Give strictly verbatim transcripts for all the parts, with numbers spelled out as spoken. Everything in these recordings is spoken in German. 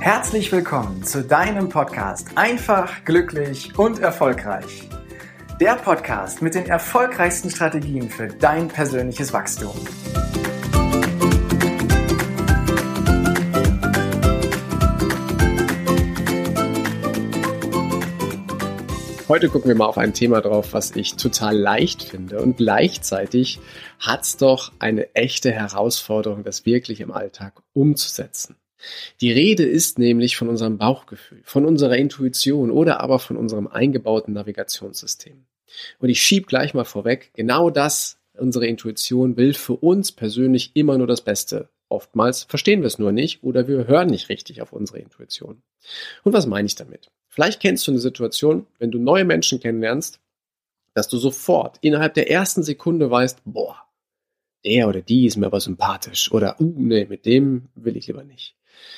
Herzlich willkommen zu deinem Podcast Einfach, glücklich und erfolgreich. Der Podcast mit den erfolgreichsten Strategien für dein persönliches Wachstum. Heute gucken wir mal auf ein Thema drauf, was ich total leicht finde, und gleichzeitig hat es doch eine echte Herausforderung, das wirklich im Alltag umzusetzen. Die Rede ist nämlich von unserem Bauchgefühl, von unserer Intuition oder aber von unserem eingebauten Navigationssystem. Und ich schiebe gleich mal vorweg, genau das, unsere Intuition will für uns persönlich immer nur das Beste. Oftmals verstehen wir es nur nicht oder wir hören nicht richtig auf unsere Intuition. Und was meine ich damit? Vielleicht kennst du eine Situation, wenn du neue Menschen kennenlernst, dass du sofort innerhalb der ersten Sekunde weißt, boah, der oder die ist mir aber sympathisch oder, uh, nee, mit dem will ich lieber nicht.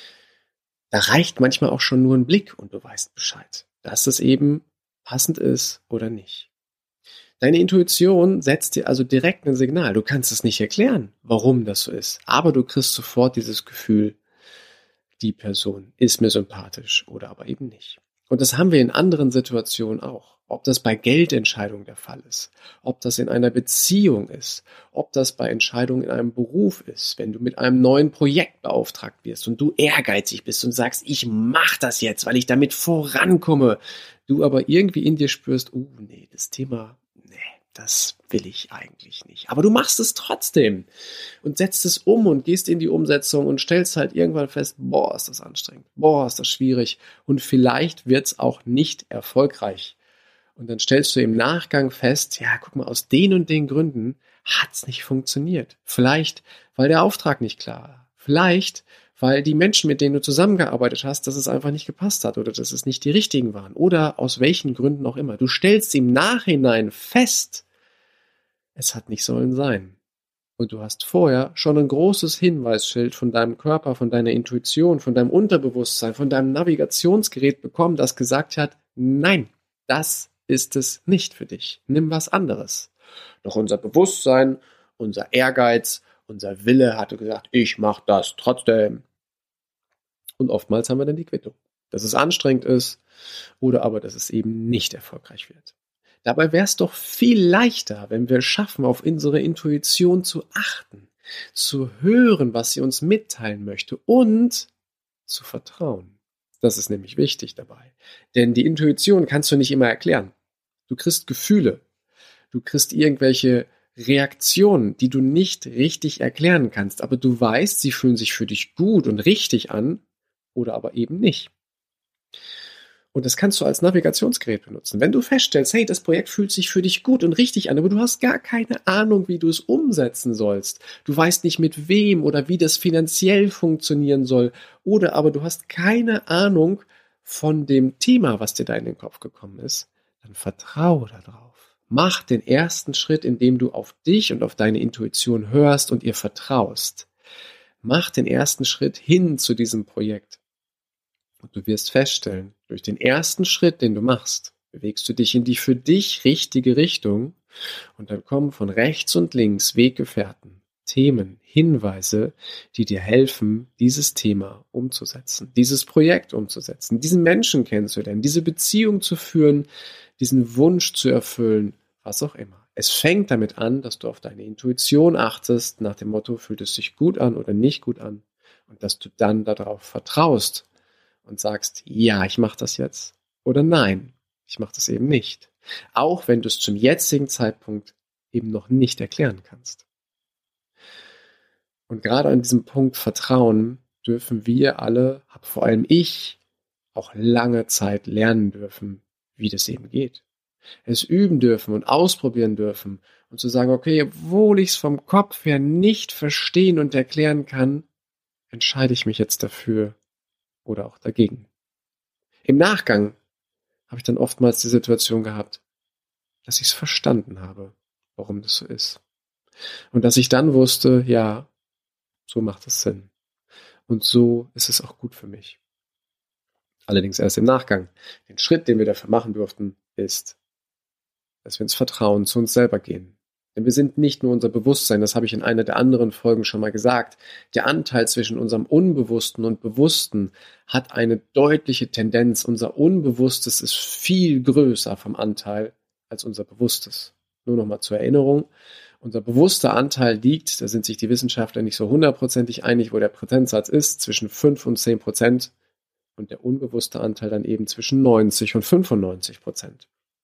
Da reicht manchmal auch schon nur ein Blick und du weißt Bescheid, dass es eben passend ist oder nicht. Deine Intuition setzt dir also direkt ein Signal. Du kannst es nicht erklären, warum das so ist, aber du kriegst sofort dieses Gefühl, die Person ist mir sympathisch oder aber eben nicht. Und das haben wir in anderen Situationen auch. Ob das bei Geldentscheidungen der Fall ist, ob das in einer Beziehung ist, ob das bei Entscheidungen in einem Beruf ist, wenn du mit einem neuen Projekt beauftragt wirst und du ehrgeizig bist und sagst, ich mache das jetzt, weil ich damit vorankomme, du aber irgendwie in dir spürst, oh nee, das Thema, nee, das will ich eigentlich nicht. Aber du machst es trotzdem und setzt es um und gehst in die Umsetzung und stellst halt irgendwann fest, boah, ist das anstrengend, boah, ist das schwierig und vielleicht wird es auch nicht erfolgreich. Und dann stellst du im Nachgang fest, ja, guck mal, aus den und den Gründen hat es nicht funktioniert. Vielleicht, weil der Auftrag nicht klar war. Vielleicht, weil die Menschen, mit denen du zusammengearbeitet hast, dass es einfach nicht gepasst hat oder dass es nicht die richtigen waren. Oder aus welchen Gründen auch immer. Du stellst im Nachhinein fest, es hat nicht sollen sein. Und du hast vorher schon ein großes Hinweisschild von deinem Körper, von deiner Intuition, von deinem Unterbewusstsein, von deinem Navigationsgerät bekommen, das gesagt hat, nein, das ist es nicht für dich. Nimm was anderes. Doch unser Bewusstsein, unser Ehrgeiz, unser Wille hatte gesagt, ich mache das trotzdem. Und oftmals haben wir dann die Quittung, dass es anstrengend ist oder aber, dass es eben nicht erfolgreich wird. Dabei wäre es doch viel leichter, wenn wir es schaffen, auf unsere Intuition zu achten, zu hören, was sie uns mitteilen möchte und zu vertrauen. Das ist nämlich wichtig dabei. Denn die Intuition kannst du nicht immer erklären. Du kriegst Gefühle, du kriegst irgendwelche Reaktionen, die du nicht richtig erklären kannst, aber du weißt, sie fühlen sich für dich gut und richtig an oder aber eben nicht. Und das kannst du als Navigationsgerät benutzen. Wenn du feststellst, hey, das Projekt fühlt sich für dich gut und richtig an, aber du hast gar keine Ahnung, wie du es umsetzen sollst. Du weißt nicht mit wem oder wie das finanziell funktionieren soll. Oder aber du hast keine Ahnung von dem Thema, was dir da in den Kopf gekommen ist. Dann vertraue darauf. Mach den ersten Schritt, indem du auf dich und auf deine Intuition hörst und ihr vertraust. Mach den ersten Schritt hin zu diesem Projekt. Und du wirst feststellen, durch den ersten Schritt, den du machst, bewegst du dich in die für dich richtige Richtung und dann kommen von rechts und links Weggefährten, Themen, Hinweise, die dir helfen, dieses Thema umzusetzen, dieses Projekt umzusetzen, diesen Menschen kennenzulernen, diese Beziehung zu führen, diesen Wunsch zu erfüllen, was auch immer. Es fängt damit an, dass du auf deine Intuition achtest, nach dem Motto, fühlt es sich gut an oder nicht gut an und dass du dann darauf vertraust, und sagst, ja, ich mache das jetzt oder nein, ich mache das eben nicht. Auch wenn du es zum jetzigen Zeitpunkt eben noch nicht erklären kannst. Und gerade an diesem Punkt Vertrauen dürfen wir alle, vor allem ich, auch lange Zeit lernen dürfen, wie das eben geht. Es üben dürfen und ausprobieren dürfen und zu sagen, okay, obwohl ich es vom Kopf her nicht verstehen und erklären kann, entscheide ich mich jetzt dafür, oder auch dagegen. Im Nachgang habe ich dann oftmals die Situation gehabt, dass ich es verstanden habe, warum das so ist. Und dass ich dann wusste, ja, so macht es Sinn. Und so ist es auch gut für mich. Allerdings erst im Nachgang. Den Schritt, den wir dafür machen durften, ist, dass wir ins Vertrauen zu uns selber gehen. Denn wir sind nicht nur unser Bewusstsein, das habe ich in einer der anderen Folgen schon mal gesagt. Der Anteil zwischen unserem Unbewussten und Bewussten hat eine deutliche Tendenz. Unser Unbewusstes ist viel größer vom Anteil als unser Bewusstes. Nur noch mal zur Erinnerung. Unser bewusster Anteil liegt, da sind sich die Wissenschaftler nicht so hundertprozentig einig, wo der Prozentsatz ist, zwischen fünf und zehn Prozent. Und der unbewusste Anteil dann eben zwischen neunzig und fünfundneunzig Prozent.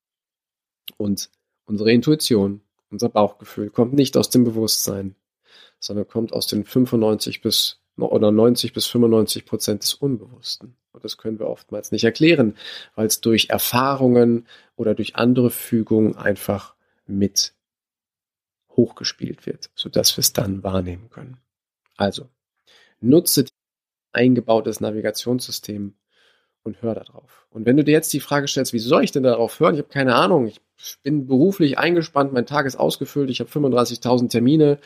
Und unsere Intuition, unser Bauchgefühl kommt nicht aus dem Bewusstsein, sondern kommt aus den fünfundneunzig bis oder neunzig bis fünfundneunzig Prozent des Unbewussten. Und das können wir oftmals nicht erklären, weil es durch Erfahrungen oder durch andere Fügungen einfach mit hochgespielt wird, sodass wir es dann wahrnehmen können. Also, nutze dein eingebautes Navigationssystem und hör da drauf. Und wenn du dir jetzt die Frage stellst, wie soll ich denn darauf hören? Ich habe keine Ahnung, ich bin beruflich eingespannt, mein Tag ist ausgefüllt, ich habe fünfunddreißigtausend Termine,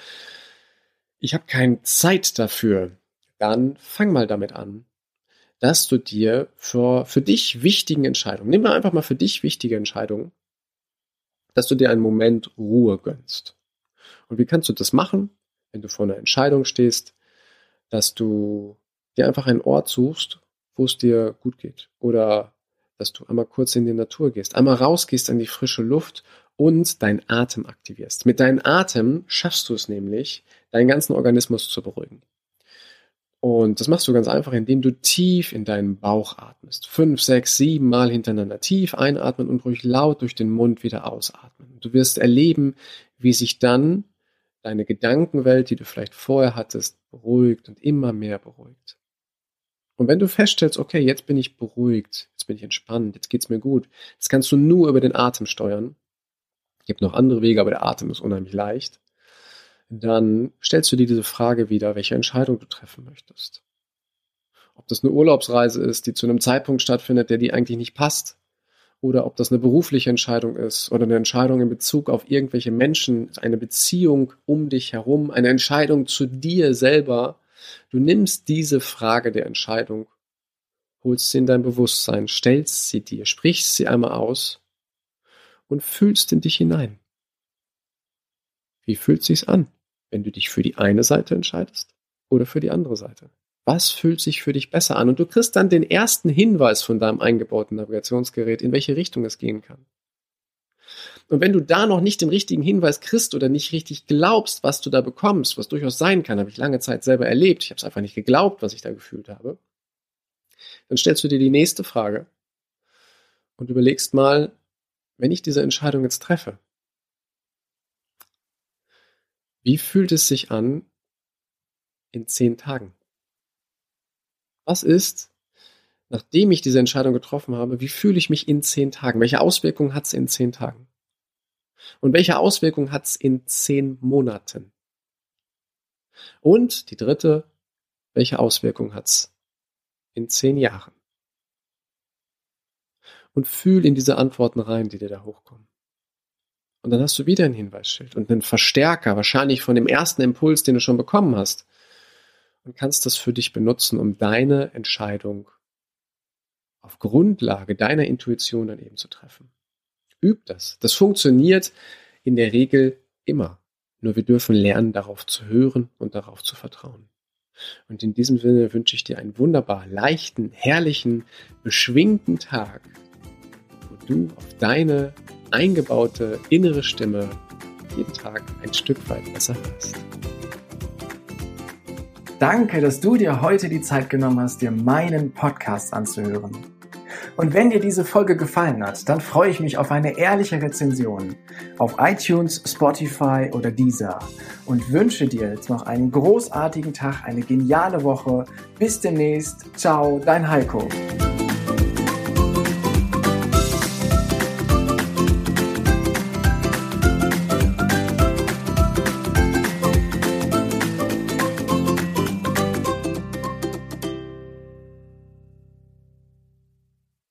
ich habe keine Zeit dafür. Dann fang mal damit an, dass du dir für, für dich wichtigen Entscheidungen, nimm mal einfach mal für dich wichtige Entscheidungen, dass du dir einen Moment Ruhe gönnst. Und wie kannst du das machen, wenn du vor einer Entscheidung stehst, dass du dir einfach einen Ort suchst, wo es dir gut geht. Oder dass du einmal kurz in die Natur gehst, einmal rausgehst an die frische Luft und deinen Atem aktivierst. Mit deinem Atem schaffst du es nämlich, deinen ganzen Organismus zu beruhigen. Und das machst du ganz einfach, indem du tief in deinen Bauch atmest. Fünf, sechs, sieben Mal hintereinander tief einatmen und ruhig laut durch den Mund wieder ausatmen. Du wirst erleben, wie sich dann deine Gedankenwelt, die du vielleicht vorher hattest, beruhigt und immer mehr beruhigt. Und wenn du feststellst, okay, jetzt bin ich beruhigt, jetzt bin ich entspannt, jetzt geht's mir gut, das kannst du nur über den Atem steuern. Es gibt noch andere Wege, aber der Atem ist unheimlich leicht. Dann stellst du dir diese Frage wieder, welche Entscheidung du treffen möchtest. Ob das eine Urlaubsreise ist, die zu einem Zeitpunkt stattfindet, der dir eigentlich nicht passt, oder ob das eine berufliche Entscheidung ist oder eine Entscheidung in Bezug auf irgendwelche Menschen, eine Beziehung um dich herum, eine Entscheidung zu dir selber. Du nimmst diese Frage der Entscheidung, holst sie in dein Bewusstsein, stellst sie dir, sprichst sie einmal aus und fühlst in dich hinein. Wie fühlt sich's an, wenn du dich für die eine Seite entscheidest oder für die andere Seite? Was fühlt sich für dich besser an? Und du kriegst dann den ersten Hinweis von deinem eingebauten Navigationsgerät, in welche Richtung es gehen kann. Und wenn du da noch nicht den richtigen Hinweis kriegst oder nicht richtig glaubst, was du da bekommst, was durchaus sein kann, habe ich lange Zeit selber erlebt, ich habe es einfach nicht geglaubt, was ich da gefühlt habe, dann stellst du dir die nächste Frage und überlegst mal, wenn ich diese Entscheidung jetzt treffe, wie fühlt es sich an in zehn Tagen? Was ist, nachdem ich diese Entscheidung getroffen habe, wie fühle ich mich in zehn Tagen? Welche Auswirkungen hat es in zehn Tagen? Und welche Auswirkungen hat es in zehn Monaten? Und die dritte, welche Auswirkungen hat es in zehn Jahren? Und fühl in diese Antworten rein, die dir da hochkommen. Und dann hast du wieder ein Hinweisschild und einen Verstärker, wahrscheinlich von dem ersten Impuls, den du schon bekommen hast. Und kannst das für dich benutzen, um deine Entscheidung auf Grundlage deiner Intuition dann eben zu treffen. Üb das. Das funktioniert in der Regel immer. Nur wir dürfen lernen, darauf zu hören und darauf zu vertrauen. Und in diesem Sinne wünsche ich dir einen wunderbar leichten, herrlichen, beschwingten Tag, wo du auf deine eingebaute innere Stimme jeden Tag ein Stück weit besser hörst. Danke, dass du dir heute die Zeit genommen hast, dir meinen Podcast anzuhören. Und wenn dir diese Folge gefallen hat, dann freue ich mich auf eine ehrliche Rezension auf iTunes, Spotify oder Deezer und wünsche dir jetzt noch einen großartigen Tag, eine geniale Woche. Bis demnächst. Ciao, dein Heiko.